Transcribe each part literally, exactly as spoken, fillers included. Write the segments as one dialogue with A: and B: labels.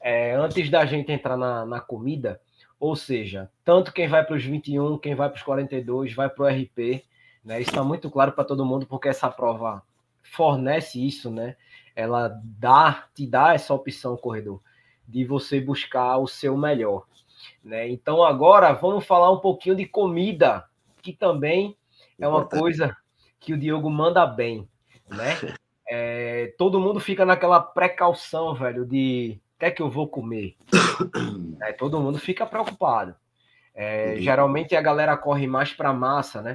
A: é, antes da gente entrar na, na comida, ou seja, tanto quem vai para os vinte e um, quem vai para os quarenta e dois, vai para o R P, né? Isso está muito claro para todo mundo, porque essa prova fornece isso, né? Ela dá, te dá essa opção, corredor, de você buscar o seu melhor, né? Então agora vamos falar um pouquinho de comida, que também é uma
B: Importante.
A: coisa que o Diogo manda bem, né? É, todo mundo fica naquela precaução, velho, de o que é que eu vou comer? É, todo mundo fica preocupado. É,
B: Uhum.
A: geralmente a galera corre mais para massa, né?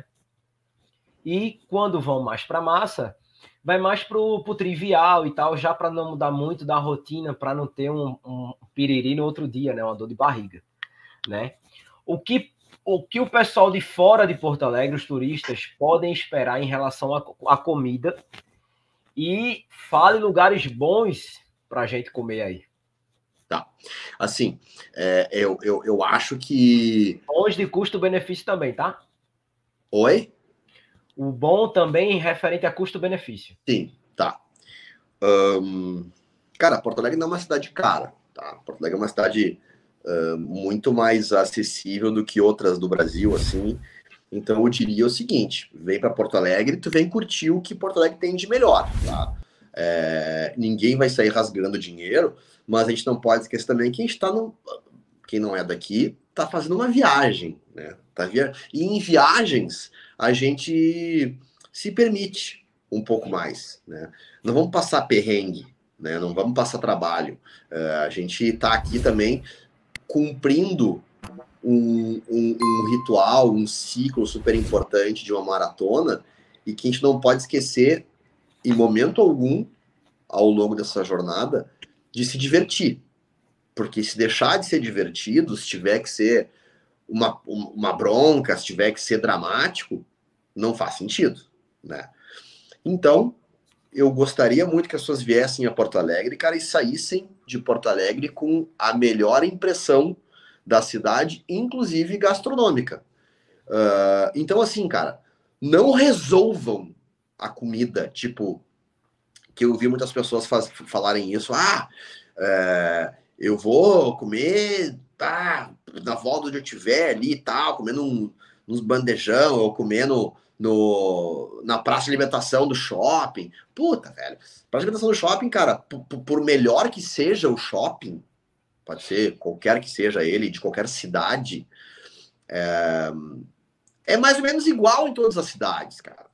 A: E quando vão mais para massa, vai mais pro, pro trivial e tal, já para não mudar muito da rotina, para não ter um, um piriri no outro dia, né? Uma dor de barriga, né? O que o que o pessoal de fora de Porto Alegre, os turistas, podem esperar em relação à comida, e fale lugares bons para a gente comer aí.
B: Tá. Assim, é, eu, eu, eu acho que...
A: Bons de custo-benefício também, tá?
B: Oi?
A: O bom também referente a custo-benefício.
B: Sim, tá. Um, cara, Porto Alegre não é uma cidade cara, tá? Porto Alegre é uma cidade uh, muito mais acessível do que outras do Brasil, assim. Então eu diria o seguinte: vem para Porto Alegre, tu vem curtir o que Porto Alegre tem de melhor, tá? É, ninguém vai sair rasgando dinheiro, mas a gente não pode esquecer também que a gente tá no... Quem não é daqui tá fazendo uma viagem, né? Tá via... E em viagens a gente se permite um pouco mais, né? Não vamos passar perrengue, né? Não vamos passar trabalho. Uh, a gente tá aqui também cumprindo um, um, um ritual, um ciclo super importante de uma maratona, e que a gente não pode esquecer, em momento algum, ao longo dessa jornada, de se divertir. Porque se deixar de ser divertido, se tiver que ser uma, uma bronca, se tiver que ser dramático, não faz sentido, né? Então, eu gostaria muito que as pessoas viessem a Porto Alegre, cara, e saíssem de Porto Alegre com a melhor impressão da cidade, inclusive gastronômica. Uh, então, assim, cara, não resolvam a comida, tipo, que eu vi muitas pessoas faz, falarem isso, ah, é, eu vou comer, tá, na volta onde eu estiver ali e tal, comendo um, uns bandejão, ou comendo no, na praça de alimentação do shopping. Puta, velho, praça de alimentação do shopping, cara, por, por melhor que seja o shopping, pode ser qualquer que seja ele, de qualquer cidade, é, é mais ou menos igual em todas as cidades, cara.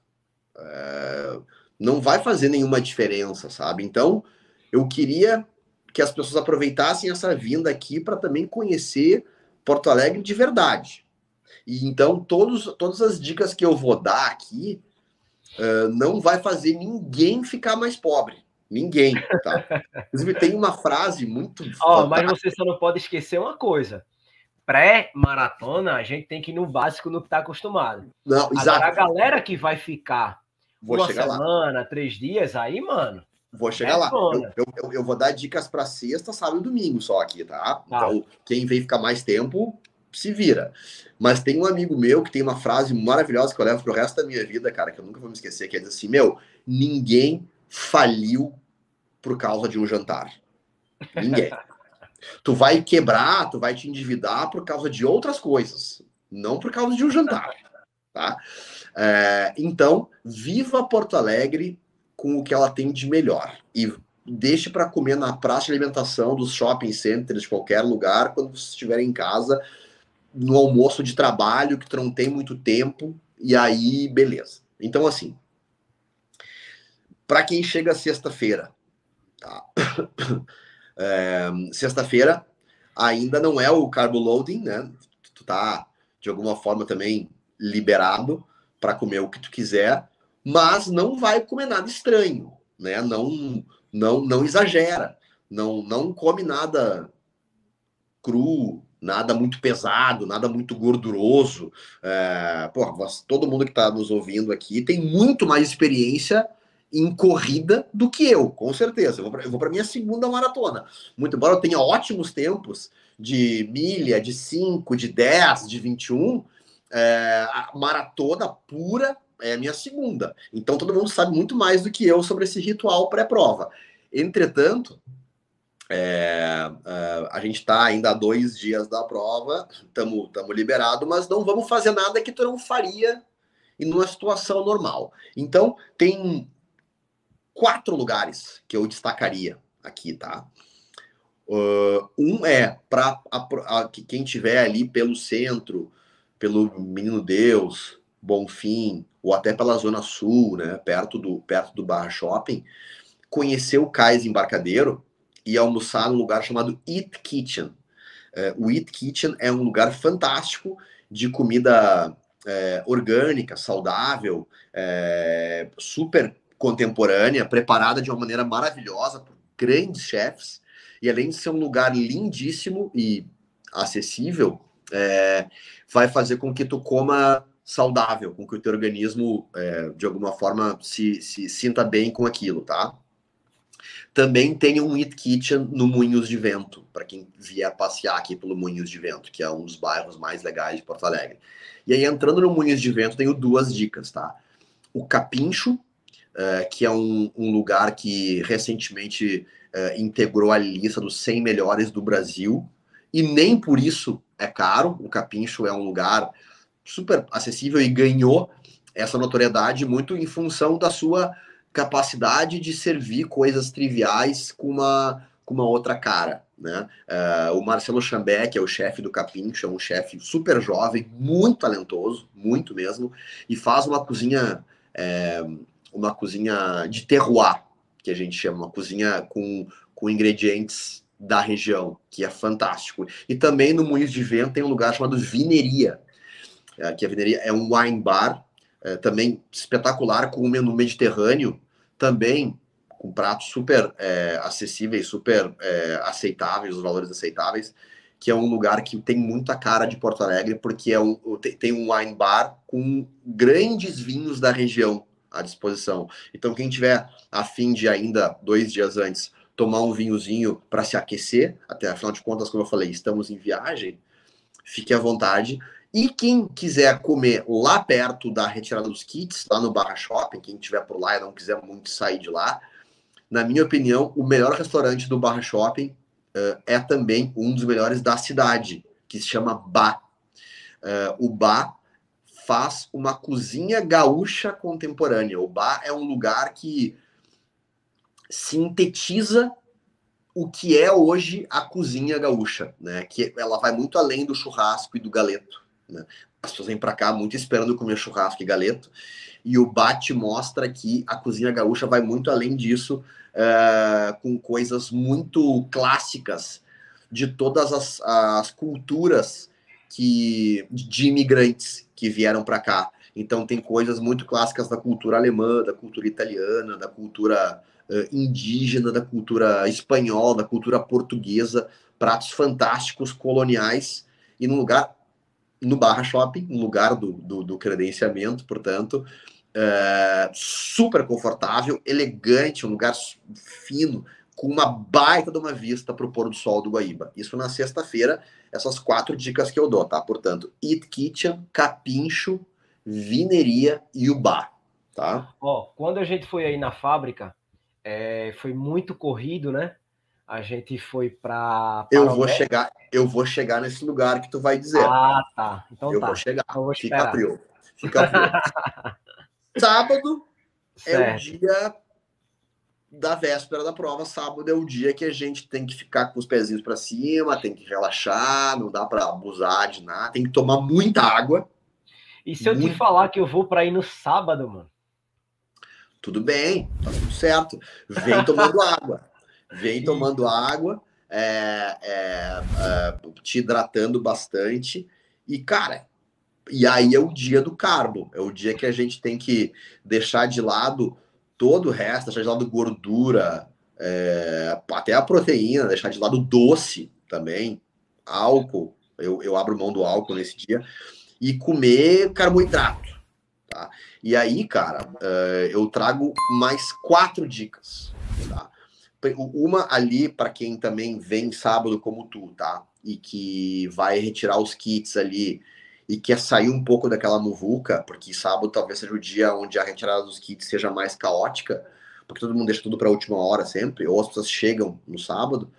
B: É, não vai fazer nenhuma diferença, sabe? Então, eu queria que as pessoas aproveitassem essa vinda aqui para também conhecer Porto Alegre de verdade. E então, todos, todas as dicas que eu vou dar aqui uh, não vai fazer ninguém ficar mais pobre. Ninguém, tá? Inclusive, tem uma frase muito
A: Ó, mas
B: fantástica.
A: você só não pode esquecer uma coisa. Pré-maratona, a gente tem que ir no básico, no que está acostumado.
B: Não,
A: Agora,
B: exato.
A: a galera que vai ficar
B: Vou
A: uma
B: chegar lá.
A: semana, três dias, aí, mano,
B: Vou chegar lá. Eu,
A: detona.
B: eu, eu vou dar dicas para sexta, sábado e domingo só aqui, tá?
A: Tá.
B: Então, quem vem ficar mais tempo, se vira. Mas tem um amigo meu que tem uma frase maravilhosa que eu levo pro resto da minha vida, cara, que eu nunca vou me esquecer, que é dizer assim, meu, ninguém faliu por causa de um jantar. Ninguém. Tu vai quebrar, tu vai te endividar por causa de outras coisas, não por causa de um jantar, tá? É, então, viva Porto Alegre com o que ela tem de melhor. E deixe para comer na praça de alimentação dos shopping centers, de qualquer lugar, quando você estiver em casa, no almoço de trabalho, que tu não tem muito tempo, e aí, beleza. Então, assim, para quem chega sexta-feira, tá? É, sexta-feira ainda não é o carbo loading, né? Tu tá, de alguma forma, também liberado para comer o que tu quiser, mas não vai comer nada estranho, né? Não, não, não exagera, não, não come nada cru, nada muito pesado, nada muito gorduroso. É, pô, todo mundo que está nos ouvindo aqui tem muito mais experiência em corrida do que eu, com certeza. Eu vou para minha segunda maratona. Muito embora eu tenha ótimos tempos de milha, de cinco, de dez, de vinte e um, é, a maratona pura é a minha segunda. Então todo mundo sabe muito mais do que eu sobre esse ritual pré-prova. Entretanto, é, a gente está ainda há dois dias da prova, estamos liberados, mas não vamos fazer nada que tu não faria em uma situação normal. Então, tem quatro lugares que eu destacaria aqui, tá? Uh, um é para quem tiver ali pelo centro, pelo Menino Deus, Bonfim, ou até pela Zona Sul, né, perto do, perto do Barra Shopping, conhecer o Cais Embarcadero e almoçar num lugar chamado Eat Kitchen. Uh, o Eat Kitchen é um lugar fantástico de comida é, orgânica, saudável, é, super contemporânea, preparada de uma maneira maravilhosa por grandes chefs, e além de ser um lugar lindíssimo e acessível, é, vai fazer com que tu coma saudável, com que o teu organismo, é, de alguma forma, se, se sinta bem com aquilo, tá? Também tem um Eat Kitchen no Moinhos de Vento, para quem vier passear aqui pelo Moinhos de Vento, que é um dos bairros mais legais de Porto Alegre. E aí, entrando no Moinhos de Vento, tenho duas dicas, tá? O Capincho, uh, que é um, um lugar que recentemente uh, integrou a lista dos cem melhores do Brasil, e nem por isso é caro. O Capincho é um lugar super acessível e ganhou essa notoriedade muito em função da sua capacidade de servir coisas triviais com uma, com uma outra cara, né? Uh, o Marcelo Chambé, que é o chefe do Capincho, é um chefe super jovem, muito talentoso, muito mesmo, e faz uma cozinha, é, uma cozinha de terroir, que a gente chama, uma cozinha com, com ingredientes da região, que é fantástico. E também no Moinhos de Vento tem um lugar chamado Vineria, é, que a Vineria é um wine bar, é, também espetacular, com um menu mediterrâneo, também com pratos super é, acessíveis, super é, aceitáveis, os valores aceitáveis, que é um lugar que tem muita cara de Porto Alegre, porque é um, tem um wine bar com grandes vinhos da região à disposição. Então, quem tiver a fim de ainda, dois dias antes, tomar um vinhozinho para se aquecer, até afinal de contas, como eu falei, estamos em viagem, fique à vontade. E quem quiser comer lá perto da retirada dos kits, lá no Barra Shopping, quem estiver por lá e não quiser muito sair de lá, na minha opinião, o melhor restaurante do Barra Shopping uh, é também um dos melhores da cidade, que se chama Bá. Uh, o Bá faz uma cozinha gaúcha contemporânea. O Bá é um lugar que sintetiza o que é hoje a cozinha gaúcha, né? Que ela vai muito além do churrasco e do galeto, né? As pessoas vêm para cá muito esperando comer churrasco e galeto, e o Bate mostra que a cozinha gaúcha vai muito além disso, uh, com coisas muito clássicas de todas as, as culturas que, de imigrantes que vieram para cá. Então tem coisas muito clássicas da cultura alemã, da cultura italiana, da cultura uh, indígena, da cultura espanhola, da cultura portuguesa, pratos fantásticos, coloniais, e num lugar, no Barra Shopping, um lugar do, do, do credenciamento, portanto, uh, super confortável, elegante, um lugar fino, com uma baita de uma vista para o pôr do sol do Guaíba. Isso na sexta-feira, essas quatro dicas que eu dou, tá? Portanto, Eat Kitchen, Capincho, Vineria e o Bar, tá?
A: Ó, quando a gente foi aí na fábrica, é, foi muito corrido, né? A gente foi para
B: eu vou chegar, eu vou chegar nesse lugar que tu vai dizer.
A: Ah, tá. Então
B: eu
A: tá.
B: vou chegar.
A: Então vou
B: Fica frio. Fica frio. Sábado certo. É o dia da véspera da prova. Sábado é o dia que a gente tem que ficar com os pezinhos para cima, tem que relaxar, não dá para abusar de nada, tem que tomar muita água.
A: E se eu
B: muito...
A: te falar que eu vou para ir no sábado, mano?
B: Tudo bem, tá tudo certo. Vem tomando água. Vem tomando água, é, é, é, te hidratando bastante. E, cara, e aí é o dia do carbo. É o dia que a gente tem que deixar de lado todo o resto, deixar de lado gordura, é, até a proteína, deixar de lado doce também, álcool. Eu, eu abro mão do álcool nesse dia. E comer carboidrato. Tá? E aí, cara, uh, eu trago mais quatro dicas, tá? Uma ali para quem também vem sábado como tu, tá? E que vai retirar os kits ali e quer sair um pouco daquela muvuca, porque sábado talvez seja o dia onde a retirada dos kits seja mais caótica, porque todo mundo deixa tudo para a última hora sempre, ou as pessoas chegam no sábado.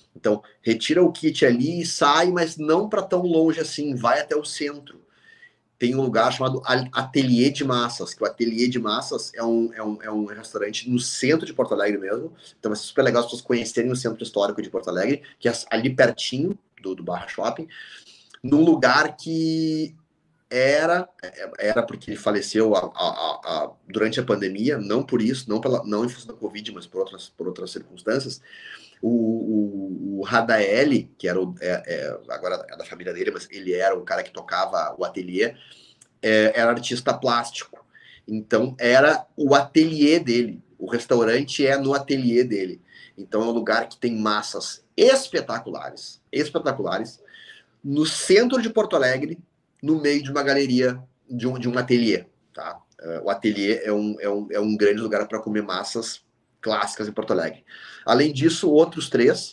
B: Então, retira o kit ali e sai, mas não para tão longe assim, vai até o centro. Tem um lugar chamado Ateliê de Massas, que o Ateliê de Massas é um, é um, é um restaurante no centro de Porto Alegre mesmo. Então é super legal as pessoas conhecerem o centro histórico de Porto Alegre, que é ali pertinho do, do Barra Shopping, num lugar que era, era porque ele faleceu a, a, a, durante a pandemia, não por isso, não, pela, não em função da Covid, mas por outras, por outras circunstâncias. O, o, o Radaeli, que era o, é, é, agora é da família dele, mas ele era o cara que tocava o ateliê, é, era artista plástico. Então era o ateliê dele. O restaurante é no ateliê dele. Então é um lugar que tem massas espetaculares, espetaculares, no centro de Porto Alegre, no meio de uma galeria, de um, de um ateliê. Tá? Uh, o ateliê é um, é, um, é um grande lugar para comer massas clássicas em Porto Alegre. Além disso, outros três,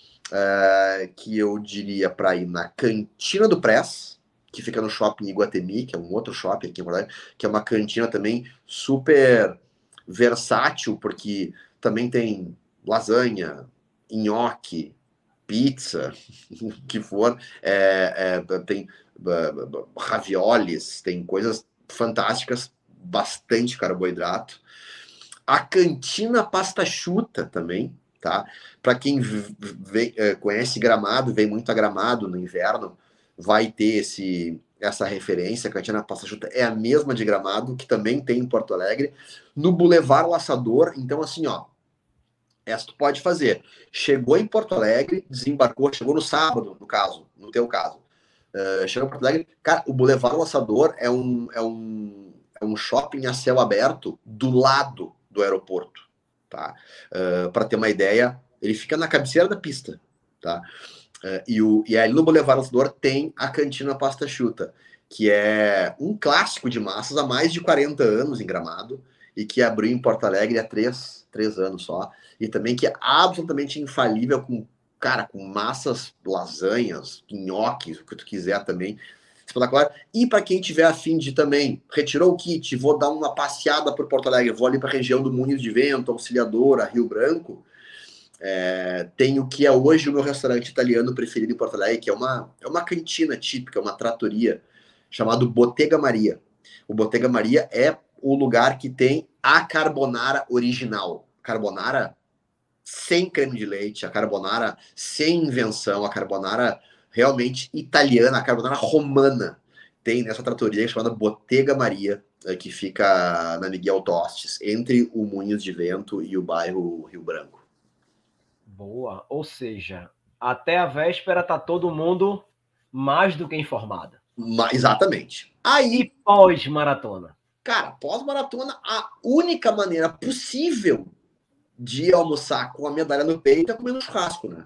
B: uh, que eu diria para ir na Cantina do Press, que fica no shopping Iguatemi, que é um outro shopping aqui em Porto Alegre, que é uma cantina também super versátil, porque também tem lasanha, nhoque, pizza, o que for, é, é, tem uh, raviolis, tem coisas fantásticas, bastante carboidrato. A Cantina Pasta Chuta também, tá? Para quem vem, conhece Gramado, vem muito a Gramado no inverno, vai ter esse, essa referência. A Cantina Pasta Chuta é a mesma de Gramado, que também tem em Porto Alegre, no Boulevard Laçador. Então, assim, ó, essa tu pode fazer. Chegou em Porto Alegre, desembarcou, chegou no sábado, no caso, no teu caso. Uh, chegou em Porto Alegre, cara, o Boulevard Laçador é um, é um, é um shopping a céu aberto do lado do aeroporto, tá? Uh, para ter uma ideia, ele fica na cabeceira da pista, tá? Uh, e, o, e ali no Boulevard Laçador tem a Cantina Pasta Chuta, que é um clássico de massas há mais de quarenta anos em Gramado e que abriu em Porto Alegre há três, três anos só. E também que é absolutamente infalível com, cara, com massas, lasanhas, nhoques, o que tu quiser também. Espetacular. E para quem tiver a fim de também, retirou o kit, vou dar uma passeada por Porto Alegre, vou ali para a região do Moinhos de Vento, Auxiliadora, Rio Branco, é, tem o que é hoje o meu restaurante italiano preferido em Porto Alegre, que é uma, é uma cantina típica, uma trattoria, chamado Bottega Maria. O Bottega Maria é o lugar que tem a carbonara original. Carbonara sem creme de leite, a carbonara sem invenção, a carbonara realmente italiana, a carbonara romana. Tem nessa trattoria chamada Bottega Maria, que fica na Miguel Tostes, entre o Moinhos de Vento e o bairro Rio Branco.
A: Boa, ou seja, até a véspera tá todo mundo mais do que informado.
B: Exatamente. Aí,
A: e pós-maratona?
B: Cara, pós-maratona, a única maneira possível de almoçar com a medalha no peito é comendo churrasco, né?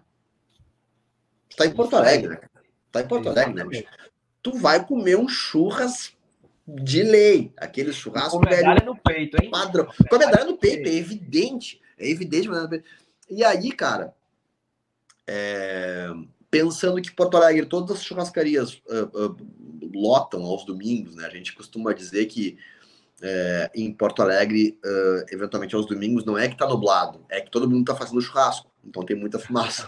B: Tu tá em Porto Alegre, né? Tá em Porto Alegre, né, bicho? Tu vai comer um churras de lei. Aquele churrasco
A: com medalha velho, no peito, hein?
B: Padrão. Com a medalha no peito, é evidente. É evidente. E aí, cara, é... pensando que Porto Alegre, todas as churrascarias uh, uh, lotam aos domingos, né? A gente costuma dizer que É, em Porto Alegre, uh, eventualmente aos domingos, não é que tá nublado, é que todo mundo tá fazendo churrasco, então tem muita fumaça.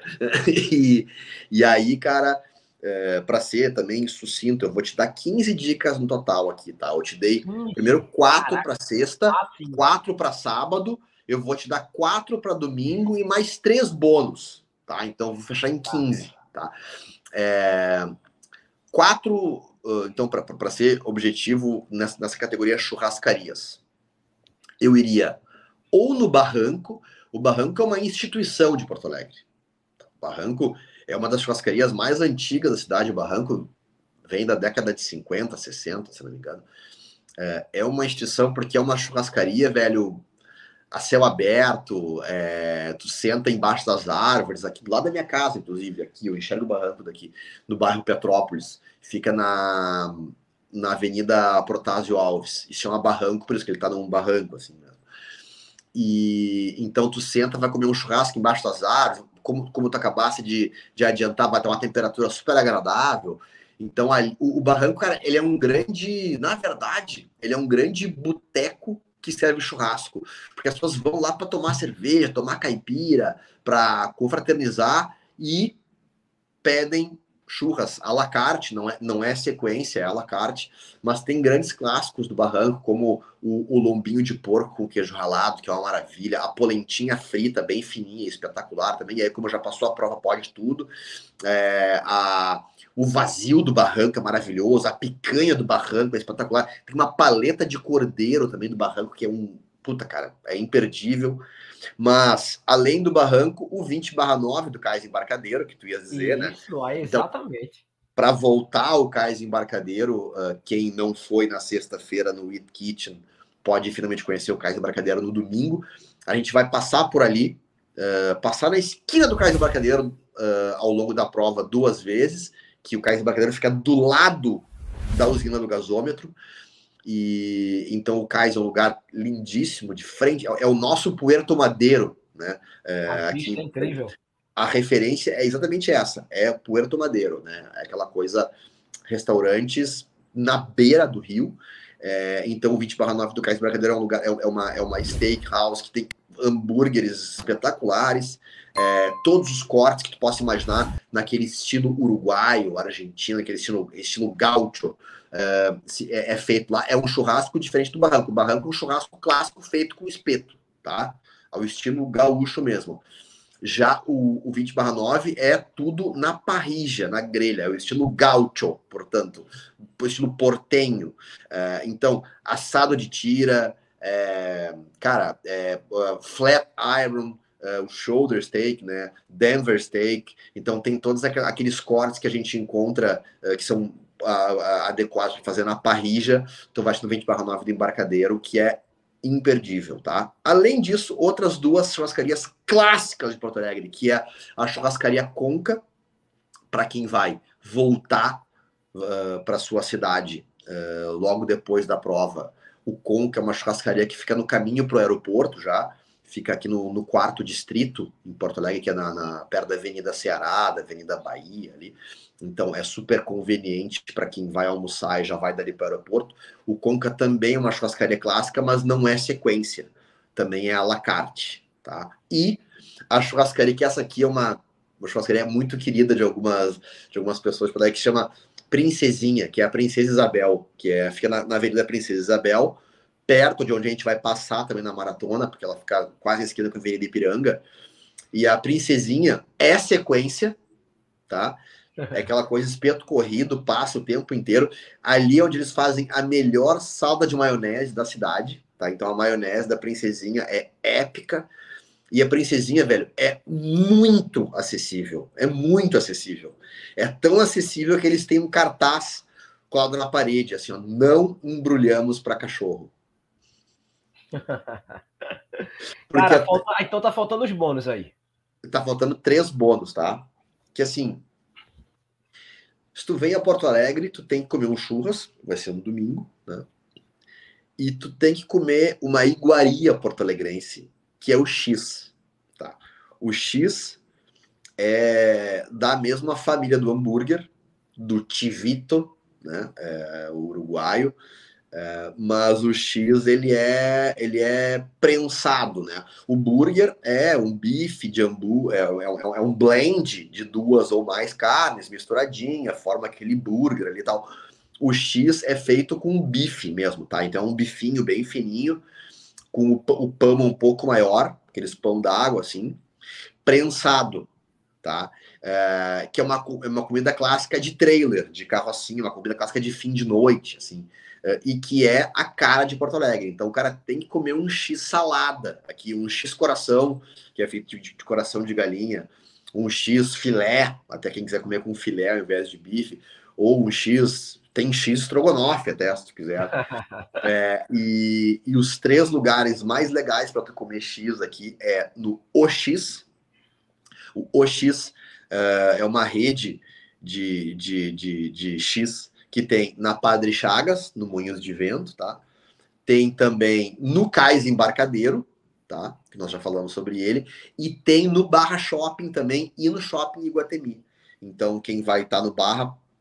B: e, e aí, cara, é, para ser também sucinto, eu vou te dar quinze dicas no total aqui, tá? Eu te dei hum, primeiro quatro para sexta, quatro para sábado, eu vou te dar quatro para domingo e mais três bônus, tá? Então vou fechar em quinze, tá? É, quatro. Então, para ser objetivo nessa, nessa categoria churrascarias, eu iria ou no Barranco. O Barranco é uma instituição de Porto Alegre. O Barranco é uma das churrascarias mais antigas da cidade. O Barranco vem da década de cinquenta, sessenta, se não me engano. É, é uma instituição porque é uma churrascaria, velho, a céu aberto, é, tu senta embaixo das árvores, aqui do lado da minha casa, inclusive, aqui, eu enxergo o Barranco daqui, no bairro Petrópolis, fica na, na Avenida Protásio Alves, e se chama Barranco, por isso que ele tá num barranco, assim, mesmo. E então tu senta, vai comer um churrasco embaixo das árvores, como, como tu acabasse de, de adiantar, vai ter uma temperatura super agradável. Então, ali, o, o Barranco, cara, ele é um grande, na verdade, ele é um grande boteco que serve churrasco, porque as pessoas vão lá para tomar cerveja, tomar caipira, para confraternizar e pedem churras à la carte, não é, não é sequência, é à la carte, mas tem grandes clássicos do barranco, como o, o lombinho de porco com queijo ralado, que é uma maravilha, a polentinha frita, bem fininha, espetacular também, e aí como já passou a prova, pode tudo, é, a, o vazio do barranco é maravilhoso, a picanha do barranco é espetacular, tem uma paleta de cordeiro também do barranco, que é um, puta cara, é imperdível. Mas, além do barranco, o vinte barra nove do Cais Embarcadeiro, que tu ia dizer,
A: Isso,
B: né?
A: Isso, aí,
B: Então,
A: exatamente.
B: para voltar ao Cais Embarcadeiro, uh, quem não foi na sexta-feira no Eat Kitchen pode finalmente conhecer o Cais Embarcadeiro no domingo. A gente vai passar por ali, uh, passar na esquina do Cais Embarcadeiro uh, ao longo da prova duas vezes, que o Cais Embarcadeiro fica do lado da usina do gasômetro. E então o Cais é um lugar lindíssimo, de frente, é, é o nosso Puerto Madeiro, né? É,
A: A
B: aqui,
A: vista é incrível.
B: a referência é exatamente essa, é Puerto Madeiro, né? É aquela coisa, restaurantes na beira do rio. É, então o vinte barra nove do Cais Embarcadeiro é um lugar, é, é uma, é uma steakhouse que tem hambúrgueres espetaculares, é, todos os cortes que tu possa imaginar naquele estilo uruguaio, argentino, aquele estilo, estilo gaúcho. É, é feito lá, é um churrasco diferente do barranco. O barranco é um churrasco clássico feito com espeto, tá? Ao estilo gaúcho mesmo. Já o, o vinte barra nove é tudo na parrilla, na grelha, é o estilo gaúcho, portanto, o estilo portenho. É, então, assado de tira, é, cara, é, uh, flat iron, uh, o shoulder steak, né? Denver steak. Então, tem todos aqueles cortes que a gente encontra uh, que são adequados para fazer na parrilla. Então vai no vinte barra nove do Embarcadeiro, que é imperdível, tá? Além disso, outras duas churrascarias clássicas de Porto Alegre, que é a churrascaria Conca, para quem vai voltar uh, para sua cidade uh, logo depois da prova. O Conca é uma churrascaria que fica no caminho para o aeroporto já, fica aqui no, no quarto distrito, em Porto Alegre, que é na, na, perto da Avenida Ceará, da Avenida Bahia, ali. Então é super conveniente para quem vai almoçar e já vai dali para o aeroporto. O Conca também é uma churrascaria clássica, mas não é sequência. Também é à la carte, tá? E a churrascaria, que essa aqui é uma, uma churrascaria muito querida de algumas, de algumas pessoas por aí, que chama Princesinha, que é a Princesa Isabel, que é, fica na, na Avenida Princesa Isabel, perto de onde a gente vai passar também na maratona, porque ela fica quase em esquina com a Avenida Ipiranga. E a Princesinha é sequência, tá? É aquela coisa, espeto corrido, passa o tempo inteiro. Ali é onde eles fazem a melhor salda de maionese da cidade, tá? Então a maionese da Princesinha é épica. E a Princesinha, velho, é muito acessível. É muito acessível. É tão acessível que eles têm um cartaz colado na parede, assim, ó, não embrulhamos para cachorro.
A: Porque Cara, falta... então tá faltando os bônus aí.
B: Tá faltando três bônus, tá? Que assim, se tu vem a Porto Alegre, tu tem que comer um churras, vai ser no domingo, né? E tu tem que comer uma iguaria porto-alegrense, que é o X, tá? O X é da mesma família do hambúrguer, do Chivito, né? É, o uruguaio. É, mas o X ele é ele é prensado, né? O burger é um bife de hambu, é, é, é um blend de duas ou mais carnes misturadinha, forma aquele burger ali e tal. O X é feito com bife mesmo, tá? Então é um bifinho bem fininho, com o, o pão um pouco maior, aqueles pão d'água assim, prensado, tá? É, que é uma, uma comida clássica de trailer, de carrocinha, uma comida clássica de fim de noite, assim. Uh, e que é a cara de Porto Alegre. Então o cara tem que comer um X salada aqui, um X coração, que é feito de, de coração de galinha, um X filé, até quem quiser comer com filé ao invés de bife, ou um X, tem X estrogonofe até, se tu quiser. É, e, e os três lugares mais legais para tu comer X aqui é no O X. O O X uh, é uma rede de, de, de, de X que tem na Padre Chagas, no Moinhos de Vento, tá? Tem também no Cais Embarcadeiro, tá? Que nós já falamos sobre ele. E tem no Barra Shopping também e no Shopping Iguatemi. Então, quem vai estar no Barra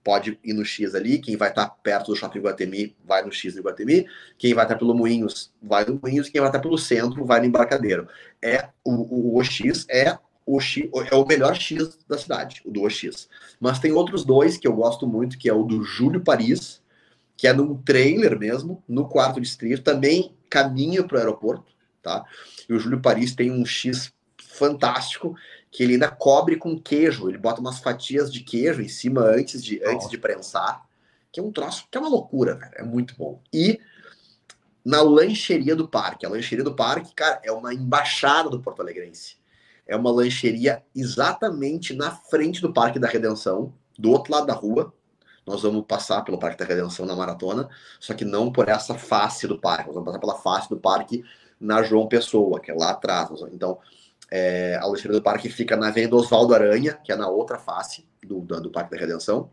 B: pode ir no X ali, quem vai estar perto do Shopping Iguatemi vai no X do Iguatemi, quem vai estar pelo Moinhos vai no Moinhos, quem vai estar pelo centro vai no Embarcadero. É, o, o, o X é o, X, é o melhor X da cidade, o do O X. Mas tem outros dois que eu gosto muito, que é o do Júlio Paris, que é num trailer mesmo, no quarto distrito, também caminho para o aeroporto, tá? E o Júlio Paris tem um X fantástico, que ele ainda cobre com queijo, ele bota umas fatias de queijo em cima antes de, antes de prensar, que é um troço, que é uma loucura, velho, é muito bom. E na lancheria do parque, a lancheria do parque, cara, é uma embaixada do Porto Alegrense. É uma lancheria exatamente na frente do Parque da Redenção, do outro lado da rua. Nós vamos passar pelo Parque da Redenção na maratona, só que não por essa face do parque, nós vamos passar pela face do parque na João Pessoa, que é lá atrás. Então, é, a lancheria do parque fica na Avenida Oswaldo Aranha, que é na outra face do, do, do Parque da Redenção.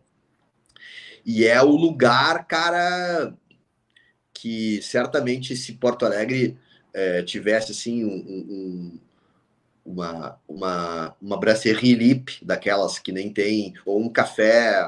B: E é o lugar, cara, que certamente se Porto Alegre é, tivesse assim um, um, uma, uma, uma brasserie lip daquelas que nem tem, ou um café,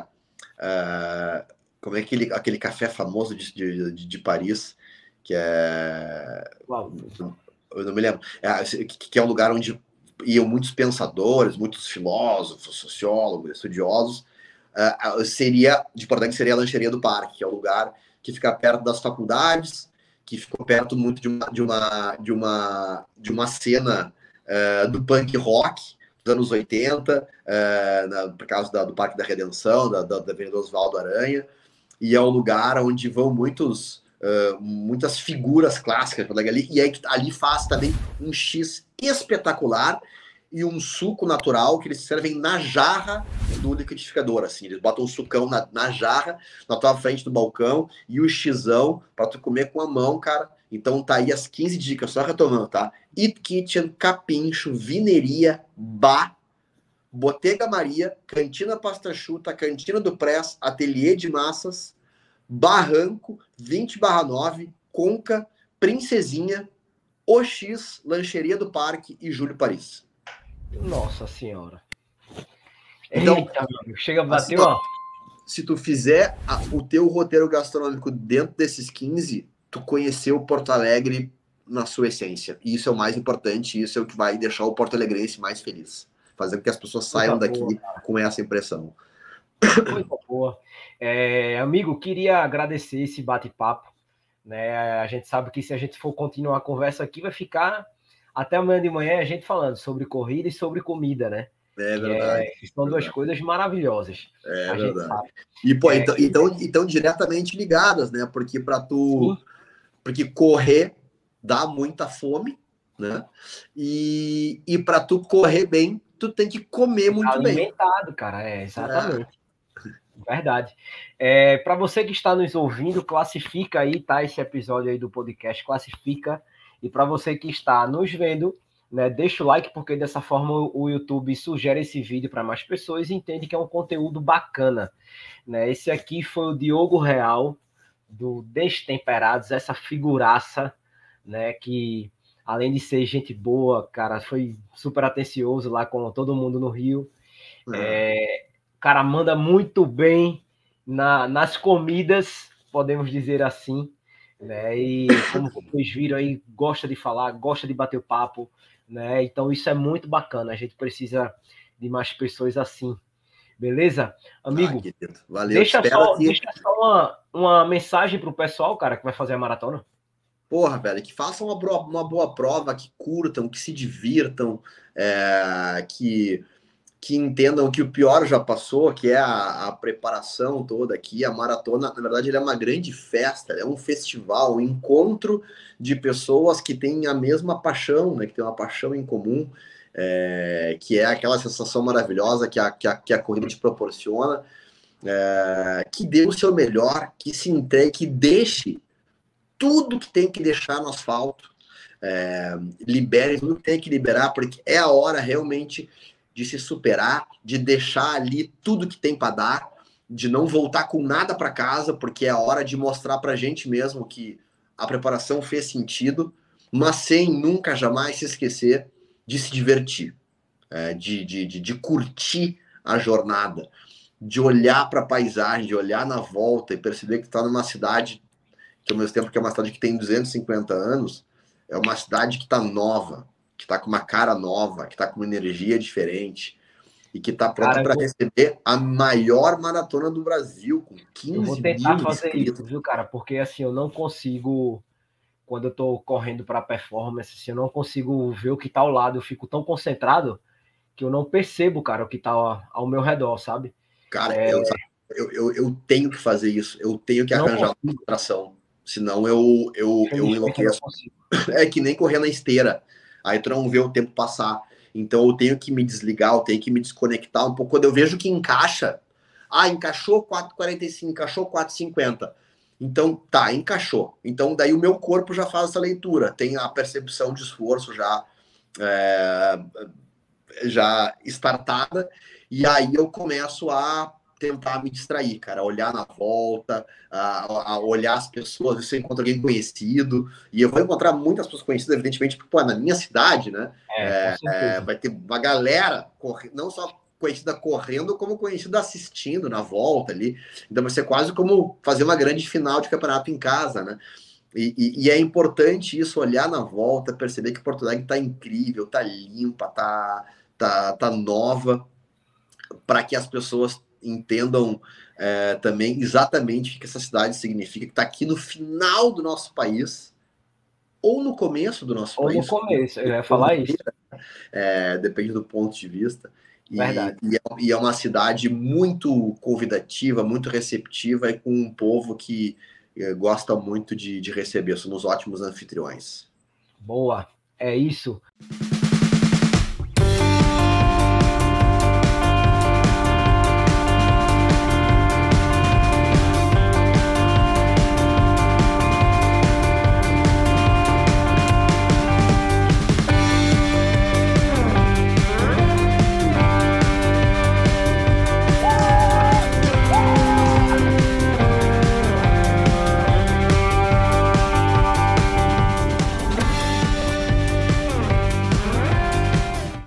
B: uh, como é aquele, aquele café famoso de, de, de Paris, que é... Uau. Eu não me lembro. É, que é um lugar onde iam muitos pensadores, muitos filósofos, sociólogos, estudiosos. Uh, seria, de Porto Alegre, seria a lancheria do parque, que é o lugar que fica perto das faculdades, que ficou perto muito de uma, de uma, de uma, de uma cena uh, do punk rock dos anos oitenta, uh, na, por causa da, do Parque da Redenção, da, da, da Avenida Oswaldo Aranha, e é um lugar onde vão muitos... Uh, muitas figuras clássicas ali, e aí ali faz também um X espetacular e um suco natural que eles servem na jarra do liquidificador, assim, eles botam um sucão na, na jarra, na tua frente do balcão, e o xizão para tu comer com a mão, cara. Então tá aí as quinze dicas, só retomando, tá? It Kitchen, Capincho, Vineria, Bar, Botega Maria, Cantina Pasta Chuta, Cantina do Press, Ateliê de Massas, Barranco, vinte barra nove, Conca, Princesinha, O X, Lancheria do Parque e Júlio Paris.
A: Nossa Senhora.
B: Então,
A: eita, chega a bater, ó.
B: Se tu fizer a, o teu roteiro gastronômico dentro desses quinze, tu conheceu Porto Alegre na sua essência. E isso é o mais importante, isso é o que vai deixar o Porto Alegrense mais feliz. Fazer com que as pessoas saiam daqui boa, com essa impressão.
A: Coisa boa. É, amigo, queria agradecer esse bate-papo, né? A gente sabe que se a gente for continuar a conversa aqui, vai ficar até amanhã de manhã a gente falando sobre corrida e sobre comida, né?
B: É verdade.
A: É, são
B: verdade.
A: duas coisas maravilhosas.
B: É
A: a
B: verdade.
A: Gente sabe.
B: E, pô,
A: é,
B: então, então, então diretamente ligadas, né? Porque para tu... Sim. Porque correr dá muita fome, né? E, e para tu correr bem, tu tem que comer muito
A: alimentado,
B: bem.
A: Alimentado, cara, é, exatamente. É. Verdade. É, para você que está nos ouvindo, classifica aí, tá? Esse episódio aí do podcast, classifica. E para você que está nos vendo, né, deixa o like, porque dessa forma o YouTube sugere esse vídeo para mais pessoas e entende que é um conteúdo bacana. Né? Esse aqui foi o Diogo Real, do Destemperados, essa figuraça, né, que além de ser gente boa, cara, foi super atencioso lá com todo mundo no Rio. Uhum. É, o cara manda muito bem na, nas comidas, podemos dizer assim, né? E como vocês viram aí, gosta de falar, gosta de bater o papo, né? Então isso é muito bacana. A gente precisa de mais pessoas assim, beleza, amigo?
B: Ah, valeu.
A: Deixa só, que... deixa só uma, uma mensagem pro pessoal, cara, que vai fazer a maratona.
B: Porra, velho, que façam uma, uma boa prova, que curtam, que se divirtam, é, que que entendam que o pior já passou, que é a, a preparação toda aqui, a maratona, na verdade, ele é uma grande festa, é um festival, um encontro de pessoas que têm a mesma paixão, né, que têm uma paixão em comum, é, que é aquela sensação maravilhosa que a, que a, que a corrida te proporciona, é, que dê o seu melhor, que se entregue, que deixe tudo que tem que deixar no asfalto, é, libere tudo que tem que liberar, porque é a hora realmente de se superar, de deixar ali tudo que tem para dar, de não voltar com nada para casa, porque é a hora de mostrar para a gente mesmo que a preparação fez sentido, mas sem nunca, jamais se esquecer de se divertir, é, de, de, de, de curtir a jornada. de olhar para a paisagem, de olhar na volta e perceber que está numa cidade que, ao mesmo tempo que é uma cidade que tem duzentos e cinquenta anos, é uma cidade que está nova, que está com uma cara nova, que está com uma energia diferente e que está pronta para receber a maior maratona do Brasil, com quinze mil inscritos. Eu vou tentar fazer isso,
A: viu, cara? Porque assim, eu não consigo, quando eu tô correndo para performance, assim, eu não consigo ver o que tá ao lado, eu fico tão concentrado que eu não percebo, cara, o que tá ao meu redor, sabe?
B: Cara, é... eu, eu, eu, eu tenho que fazer isso, eu tenho que arranjar uma concentração, senão eu, eu, eu enlouqueço. É que nem correr na esteira, aí tu não vê o tempo passar. Então eu tenho que me desligar, eu tenho que me desconectar um pouco. Quando eu vejo que encaixa, ah, encaixou quatro e quarenta e cinco, encaixou quatro e cinquenta. Então, tá, encaixou. Então, daí o meu corpo já faz essa leitura, tem a percepção de esforço já, é, já startada, e aí eu começo a tentar me distrair, cara, olhar na volta, a, a olhar as pessoas, se eu encontro alguém conhecido, e eu vou encontrar muitas pessoas conhecidas, evidentemente, porque, pô, na minha cidade, né,
A: é,
B: é, é, vai ter uma galera, não só conhecida correndo, como conhecida assistindo na volta ali, então vai ser quase como fazer uma grande final de campeonato em casa, né, e, e, e é importante isso, olhar na volta, perceber que Porto Alegre tá incrível, tá limpa, tá, tá, tá nova, para que as pessoas entendam é, também exatamente o que essa cidade significa, que está aqui no final do nosso país, ou no começo do nosso
A: ou
B: país.
A: Ou no começo, eu ia falar isso.
B: É, depende do ponto de vista. E,
A: Verdade.
B: E, é, e é uma cidade muito convidativa, muito receptiva, e com um povo que é, gosta muito de, de receber. Somos ótimos anfitriões.
A: Boa, é isso.